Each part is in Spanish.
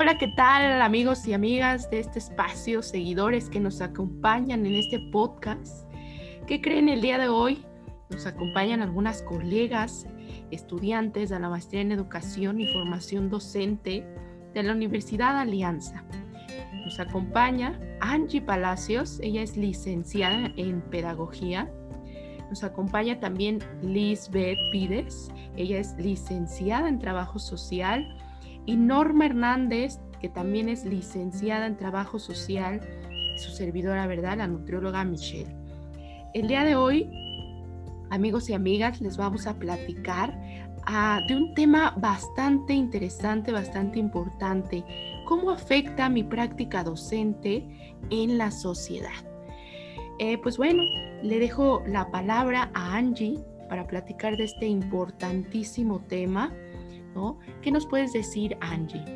Hola, ¿qué tal amigos y amigas de este espacio, seguidores que nos acompañan en este podcast? ¿Qué creen el día de hoy? Nos acompañan algunas colegas, estudiantes de la maestría en educación y formación docente de la Universidad Alianza. Nos acompaña Angie Palacios, ella es licenciada en pedagogía. Nos acompaña también Lisbeth Pides, ella es licenciada en trabajo social, y Norma Hernández, que también es licenciada en trabajo social, y su servidora, ¿verdad?, la nutrióloga Michelle. El día de hoy, amigos y amigas, les vamos a platicar de un tema bastante interesante, bastante importante: ¿cómo afecta mi práctica docente en la sociedad? Pues bueno, le dejo la palabra a Angie para platicar de este importantísimo tema, ¿no? ¿Qué nos puedes decir, Angie?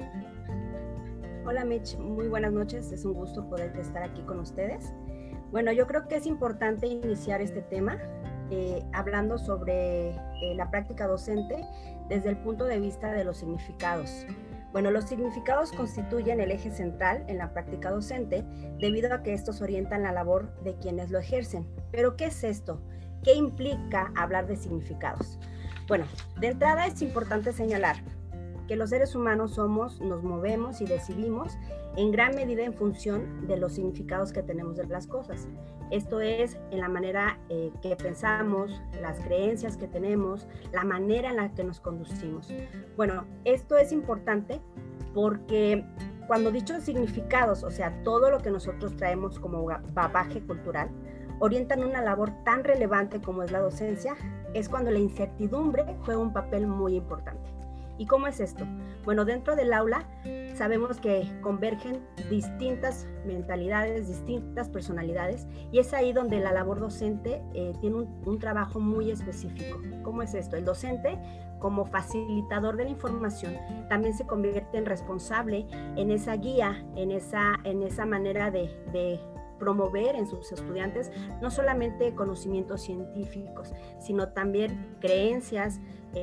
Hola Mitch, muy buenas noches, es un gusto poder estar aquí con ustedes. Bueno, yo creo que es importante iniciar este tema hablando sobre la práctica docente desde el punto de vista de los significados. Bueno, los significados constituyen el eje central en la práctica docente debido a que estos orientan la labor de quienes lo ejercen. Pero, ¿qué es esto? ¿Qué implica hablar de significados? Bueno, de entrada es importante señalar que los seres humanos nos movemos y decidimos en gran medida en función de los significados que tenemos de las cosas. Esto es en la manera que pensamos, las creencias que tenemos, la manera en la que nos conducimos. Bueno, esto es importante porque cuando dichos significados, o sea, todo lo que nosotros traemos como bagaje cultural, orientan una labor tan relevante como es la docencia, es cuando la incertidumbre juega un papel muy importante. ¿Y cómo es esto? Bueno, dentro del aula sabemos que convergen distintas mentalidades, distintas personalidades, y es ahí donde la labor docente tiene un trabajo muy específico. ¿Cómo es esto? El docente, como facilitador de la información, también se convierte en responsable en esa guía, en esa manera de promover en sus estudiantes no solamente conocimientos científicos, sino también creencias,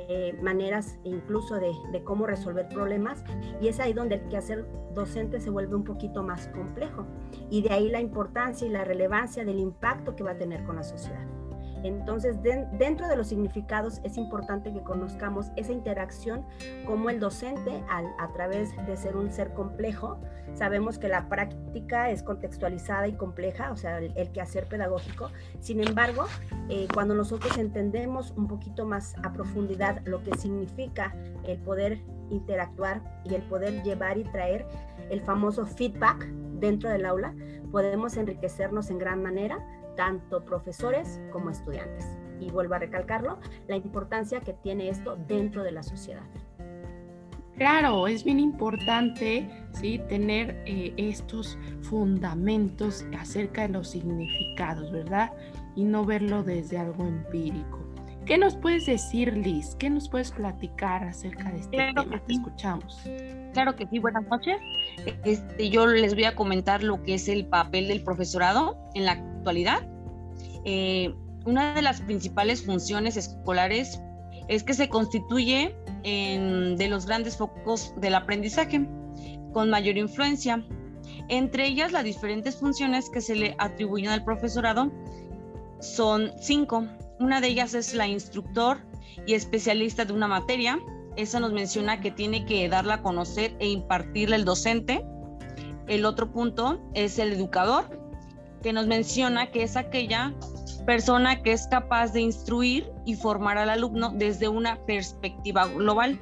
maneras incluso de cómo resolver problemas, y es ahí donde el quehacer docente se vuelve un poquito más complejo, y de ahí la importancia y la relevancia del impacto que va a tener con la sociedad. Entonces, dentro de los significados es importante que conozcamos esa interacción, como el docente, a través de ser un ser complejo, sabemos que la práctica es contextualizada y compleja, o sea, el quehacer pedagógico. Sin embargo, cuando nosotros entendemos un poquito más a profundidad lo que significa el poder interactuar y el poder llevar y traer el famoso feedback dentro del aula, podemos enriquecernos en gran manera, tanto profesores como estudiantes. Y vuelvo a recalcarlo, la importancia que tiene esto dentro de la sociedad. Claro, es bien importante, ¿sí?, tener estos fundamentos acerca de los significados, ¿verdad? Y no verlo desde algo empírico. ¿Qué nos puedes decir, Liz? ¿Qué nos puedes platicar acerca de este tema? Te escuchamos. Claro que sí, buenas noches. Yo les voy a comentar lo que es el papel del profesorado en la actualidad. Una de las principales funciones escolares es que se constituye de los grandes focos del aprendizaje con mayor influencia. Entre ellas, las diferentes funciones que se le atribuyen al profesorado son 5. Una de ellas es la instructor y especialista de una materia. Eso nos menciona que tiene que darla a conocer e impartirla el docente. El otro punto es el educador, que nos menciona que es aquella persona que es capaz de instruir y formar al alumno desde una perspectiva global.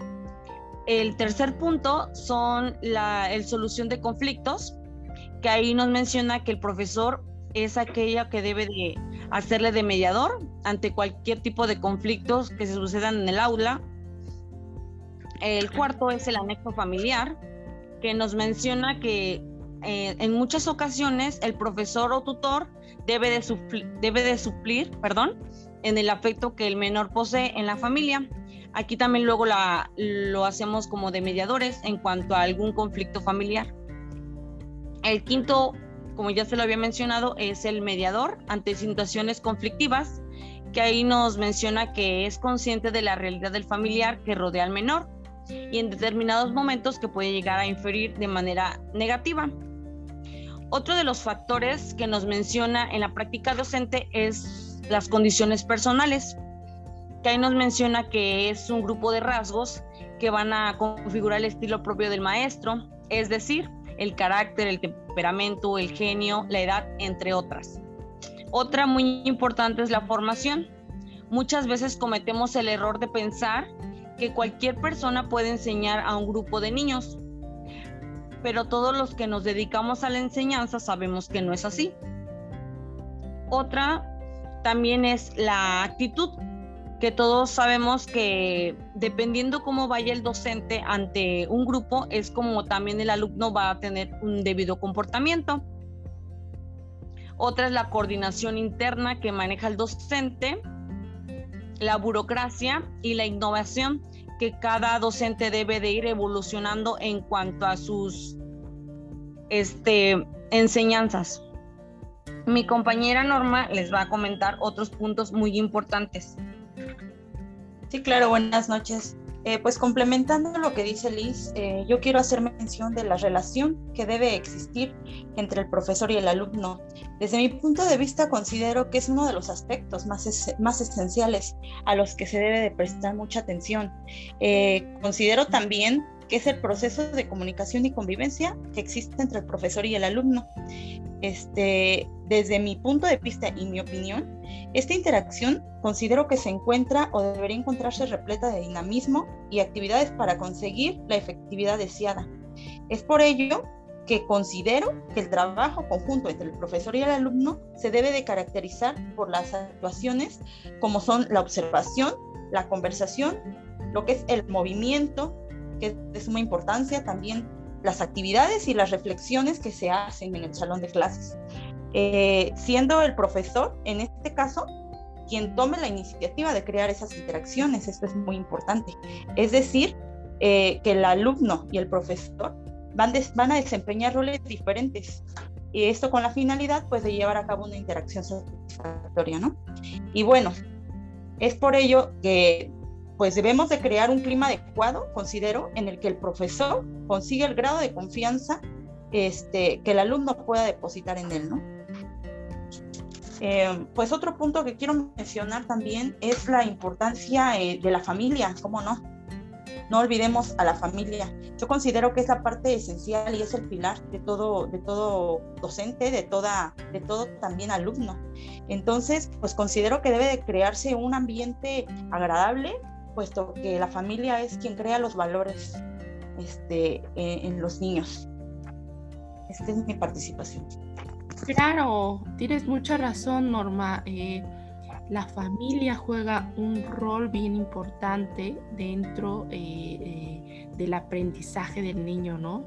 El tercer punto son el solución de conflictos, que ahí nos menciona que el profesor es aquella que debe de hacerle de mediador ante cualquier tipo de conflictos que se sucedan en el aula. El cuarto es el anexo familiar, que nos menciona que en muchas ocasiones el profesor o tutor debe de suplir en el afecto que el menor posee en la familia. Aquí también luego lo hacemos como de mediadores en cuanto a algún conflicto familiar. El quinto, como ya se lo había mencionado, es el mediador ante situaciones conflictivas, que ahí nos menciona que es consciente de la realidad del familiar que rodea al menor y en determinados momentos que puede llegar a inferir de manera negativa. Otro de los factores que nos menciona en la práctica docente es las condiciones personales, que ahí nos menciona que es un grupo de rasgos que van a configurar el estilo propio del maestro, es decir, el carácter, el temperamento, el genio, la edad, entre otras. Otra muy importante es la formación. Muchas veces cometemos el error de pensar que cualquier persona puede enseñar a un grupo de niños, pero todos los que nos dedicamos a la enseñanza sabemos que no es así. Otra también es la actitud, que todos sabemos que dependiendo cómo vaya el docente ante un grupo, es como también el alumno va a tener un debido comportamiento. Otra es la coordinación interna que maneja el docente, la burocracia y la innovación, que cada docente debe de ir evolucionando en cuanto a sus enseñanzas. Mi compañera Norma les va a comentar otros puntos muy importantes. Sí, claro, buenas noches. Pues complementando lo que dice Liz, yo quiero hacer mención de la relación que debe existir entre el profesor y el alumno. Desde mi punto de vista considero que es uno de los aspectos más esenciales a los que se debe de prestar mucha atención. Considero también que es el proceso de comunicación y convivencia que existe entre el profesor y el alumno. Desde mi punto de vista y mi opinión, esta interacción considero que se encuentra o debería encontrarse repleta de dinamismo y actividades para conseguir la efectividad deseada. Es por ello que considero que el trabajo conjunto entre el profesor y el alumno se debe de caracterizar por las actuaciones como son la observación, la conversación, lo que es el movimiento, que es de suma importancia, también las actividades y las reflexiones que se hacen en el salón de clases, siendo el profesor, en este caso, quien tome la iniciativa de crear esas interacciones. Esto es muy importante. Es decir, que el alumno y el profesor van a desempeñar roles diferentes, y esto con la finalidad pues de llevar a cabo una interacción satisfactoria, ¿no? Y bueno, es por ello que pues debemos de crear un clima adecuado, considero, en el que el profesor consiga el grado de confianza que el alumno pueda depositar en él, ¿no? Pues otro punto que quiero mencionar también es la importancia de la familia, ¿cómo no? No olvidemos a la familia. Yo considero que es la parte esencial y es el pilar de todo docente, de todo también alumno. Entonces, pues considero que debe de crearse un ambiente agradable, puesto que la familia es quien crea los valores en los niños. Esta es mi participación. Claro, tienes mucha razón, Norma. La familia juega un rol bien importante dentro del aprendizaje del niño, ¿no?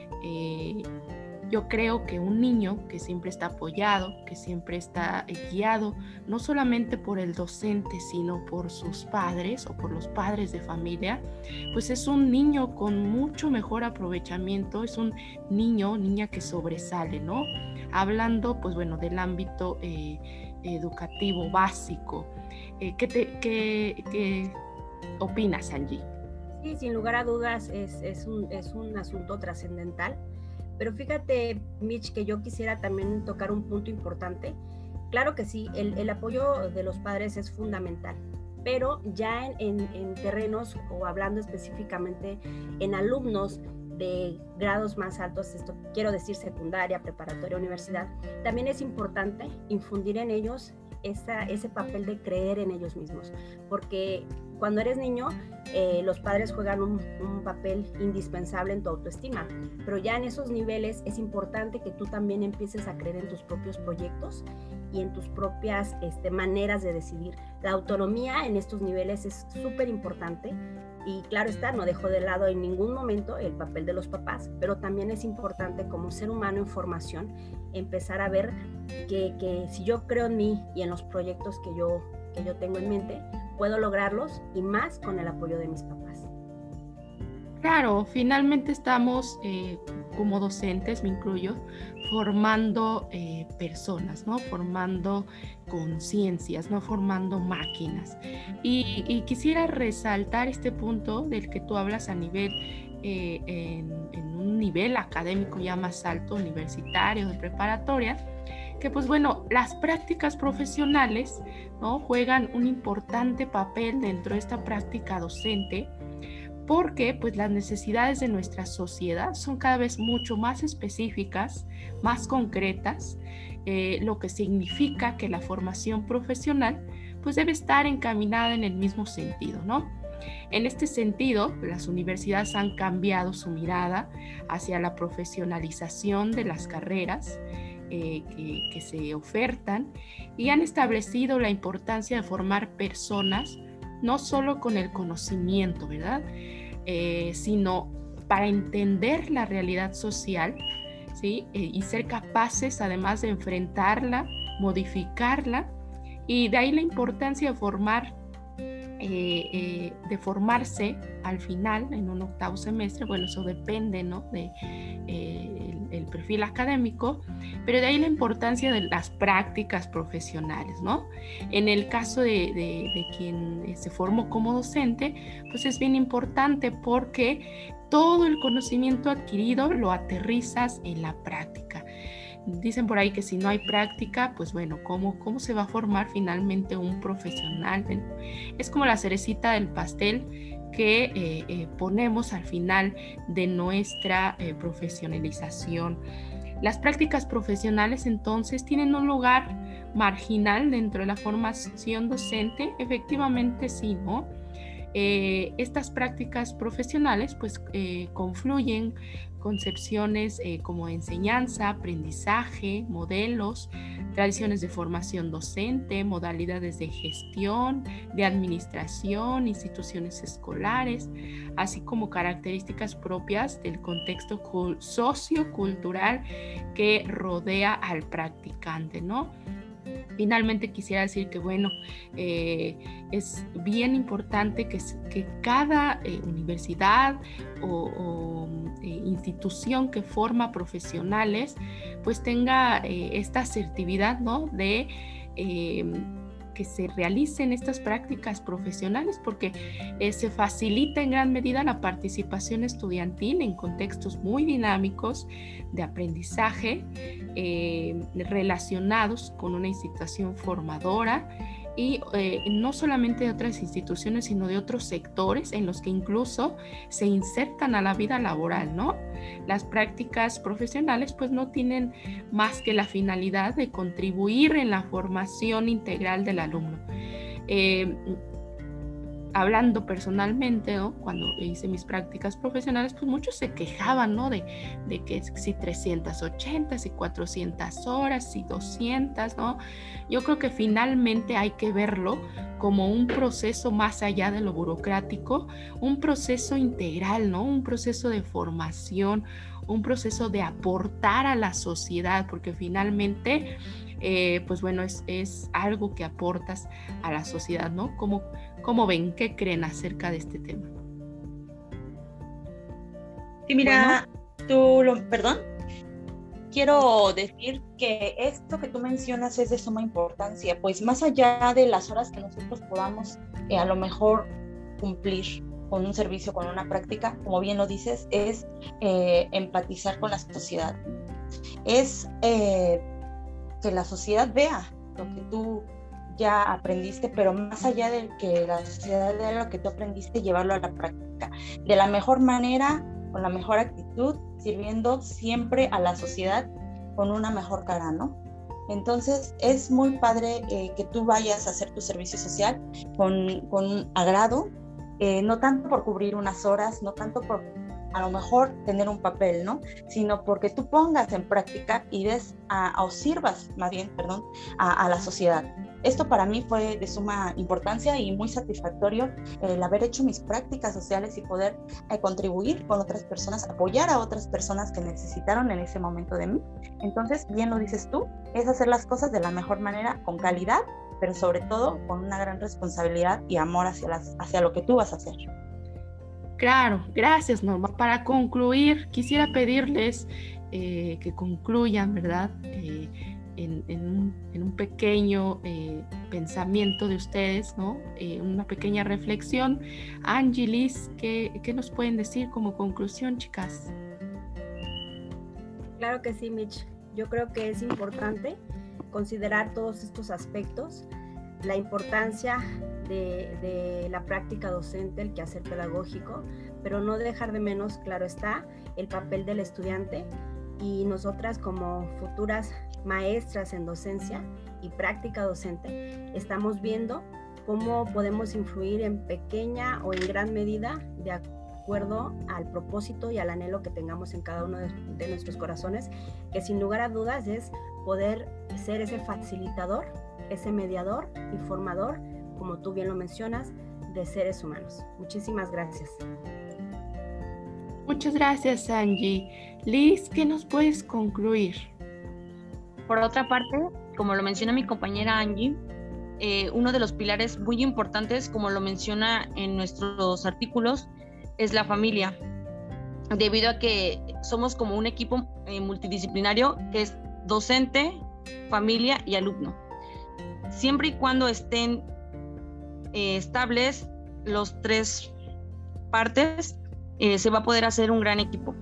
Yo creo que un niño que siempre está apoyado, que siempre está guiado, no solamente por el docente, sino por sus padres o por los padres de familia, pues es un niño con mucho mejor aprovechamiento, es un niña que sobresale, ¿no? Hablando, pues bueno, del ámbito educativo básico. ¿Qué opinas, Angie? Sí, sin lugar a dudas es un asunto trascendental. Pero fíjate, Mitch, que yo quisiera también tocar un punto importante. Claro que sí, el apoyo de los padres es fundamental, pero ya en terrenos, o hablando específicamente en alumnos de grados más altos, esto quiero decir secundaria, preparatoria, universidad, también es importante infundir en ellos ese papel de creer en ellos mismos, porque cuando eres niño, los padres juegan un papel indispensable en tu autoestima, pero ya en esos niveles es importante que tú también empieces a creer en tus propios proyectos y en tus propias maneras de decidir. La autonomía en estos niveles es súper importante. Y claro está, no dejo de lado en ningún momento el papel de los papás, pero también es importante como ser humano en formación empezar a ver que si yo creo en mí y en los proyectos que yo tengo en mente, puedo lograrlos, y más con el apoyo de mis papás. Claro, finalmente estamos como docentes, me incluyo, formando personas, ¿no? Formando conciencias, no formando máquinas. Y quisiera resaltar este punto del que tú hablas a nivel, en un nivel académico ya más alto, universitario, de preparatoria, que pues bueno, las prácticas profesionales, ¿no? Juegan un importante papel dentro de esta práctica docente, porque pues las necesidades de nuestra sociedad son cada vez mucho más específicas, más concretas, lo que significa que la formación profesional pues debe estar encaminada en el mismo sentido, ¿no? En este sentido, las universidades han cambiado su mirada hacia la profesionalización de las carreras que se ofertan, y han establecido la importancia de formar personas no solo con el conocimiento, ¿verdad? Sino para entender la realidad social, ¿sí? Y ser capaces además de enfrentarla, modificarla, y de ahí la importancia de formarse al final en un octavo semestre. Bueno, eso depende, ¿no? de el perfil académico, pero de ahí la importancia de las prácticas profesionales, ¿no? En el caso de quien se formó como docente, pues es bien importante, porque todo el conocimiento adquirido lo aterrizas en la práctica. Dicen por ahí que si no hay práctica, pues bueno, ¿cómo se va a formar finalmente un profesional? Es como la cerecita del pastel que ponemos al final de nuestra profesionalización. Las prácticas profesionales entonces tienen un lugar marginal dentro de la formación docente. Efectivamente sí, ¿no? Estas prácticas profesionales pues confluyen concepciones como enseñanza, aprendizaje, modelos, tradiciones de formación docente, modalidades de gestión, de administración, instituciones escolares, así como características propias del contexto sociocultural que rodea al practicante, ¿no? Finalmente quisiera decir que bueno, es bien importante que cada universidad o institución que forma profesionales pues tenga esta asertividad, ¿no? De que se realicen estas prácticas profesionales, porque se facilita en gran medida la participación estudiantil en contextos muy dinámicos de aprendizaje relacionados con una institución formadora, y no solamente de otras instituciones, sino de otros sectores en los que incluso se insertan a la vida laboral, ¿no? Las prácticas profesionales pues no tienen más que la finalidad de contribuir en la formación integral del alumno. Hablando personalmente, ¿no? Cuando hice mis prácticas profesionales, pues muchos se quejaban, ¿no? De que si 380, si 400 horas, si 200, ¿no? Yo creo que finalmente hay que verlo como un proceso más allá de lo burocrático, un proceso integral, ¿no? Un proceso de formación, un proceso de aportar a la sociedad, porque finalmente, pues bueno, es algo que aportas a la sociedad, ¿no? ¿Cómo ven? ¿Qué creen acerca de este tema? Sí, mira, perdón, quiero decir que esto que tú mencionas es de suma importancia, pues más allá de las horas que nosotros podamos a lo mejor cumplir con un servicio, con una práctica, como bien lo dices, es empatizar con la sociedad, es que la sociedad vea lo que tú ya aprendiste, pero más allá de que la sociedad vea lo que tú aprendiste, llevarlo a la práctica de la mejor manera, con la mejor actitud, sirviendo siempre a la sociedad con una mejor cara, ¿no? Entonces es muy padre que tú vayas a hacer tu servicio social con agrado, no tanto por cubrir unas horas, no tanto por a lo mejor tener un papel, ¿no? Sino porque tú pongas en práctica y des o sirvas, más bien, perdón, a la sociedad. Esto para mí fue de suma importancia y muy satisfactorio el haber hecho mis prácticas sociales y poder contribuir con otras personas, apoyar a otras personas que necesitaron en ese momento de mí. Entonces, bien lo dices tú, es hacer las cosas de la mejor manera, con calidad, pero sobre todo con una gran responsabilidad y amor hacia lo que tú vas a hacer. Claro, gracias, Norma. Para concluir, quisiera pedirles que concluyan, ¿verdad? En un pequeño pensamiento de ustedes, ¿no? Una pequeña reflexión. Angie, Liz, ¿qué nos pueden decir como conclusión, chicas? Claro que sí, Mitch. Yo creo que es importante considerar todos estos aspectos, la importancia de la práctica docente, el quehacer pedagógico, pero no dejar de menos, claro está, el papel del estudiante, y nosotras como futuras maestras en docencia y práctica docente estamos viendo cómo podemos influir en pequeña o en gran medida de acuerdo al propósito y al anhelo que tengamos en cada uno de nuestros corazones, que sin lugar a dudas es poder ser ese facilitador, ese mediador y formador, como tú bien lo mencionas, de seres humanos. Muchísimas gracias. Muchas gracias, Angie. Liz, ¿qué nos puedes concluir? Por otra parte, como lo menciona mi compañera Angie, uno de los pilares muy importantes, como lo menciona en nuestros artículos, es la familia, debido a que somos como un equipo multidisciplinario que es docente, familia y alumno. Siempre y cuando estén estables los tres partes, se va a poder hacer un gran equipo.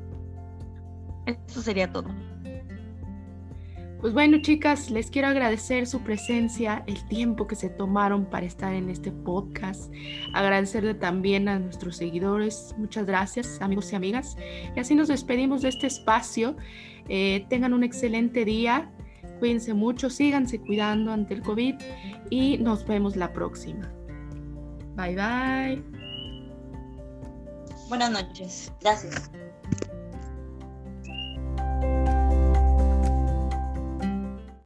Eso sería todo. Pues bueno, chicas, les quiero agradecer su presencia, el tiempo que se tomaron para estar en este podcast. Agradecerle también a nuestros seguidores. Muchas gracias, amigos y amigas. Y así nos despedimos de este espacio. Tengan un excelente día. Cuídense mucho, síganse cuidando ante el COVID y nos vemos la próxima. Bye, bye. Buenas noches. Gracias.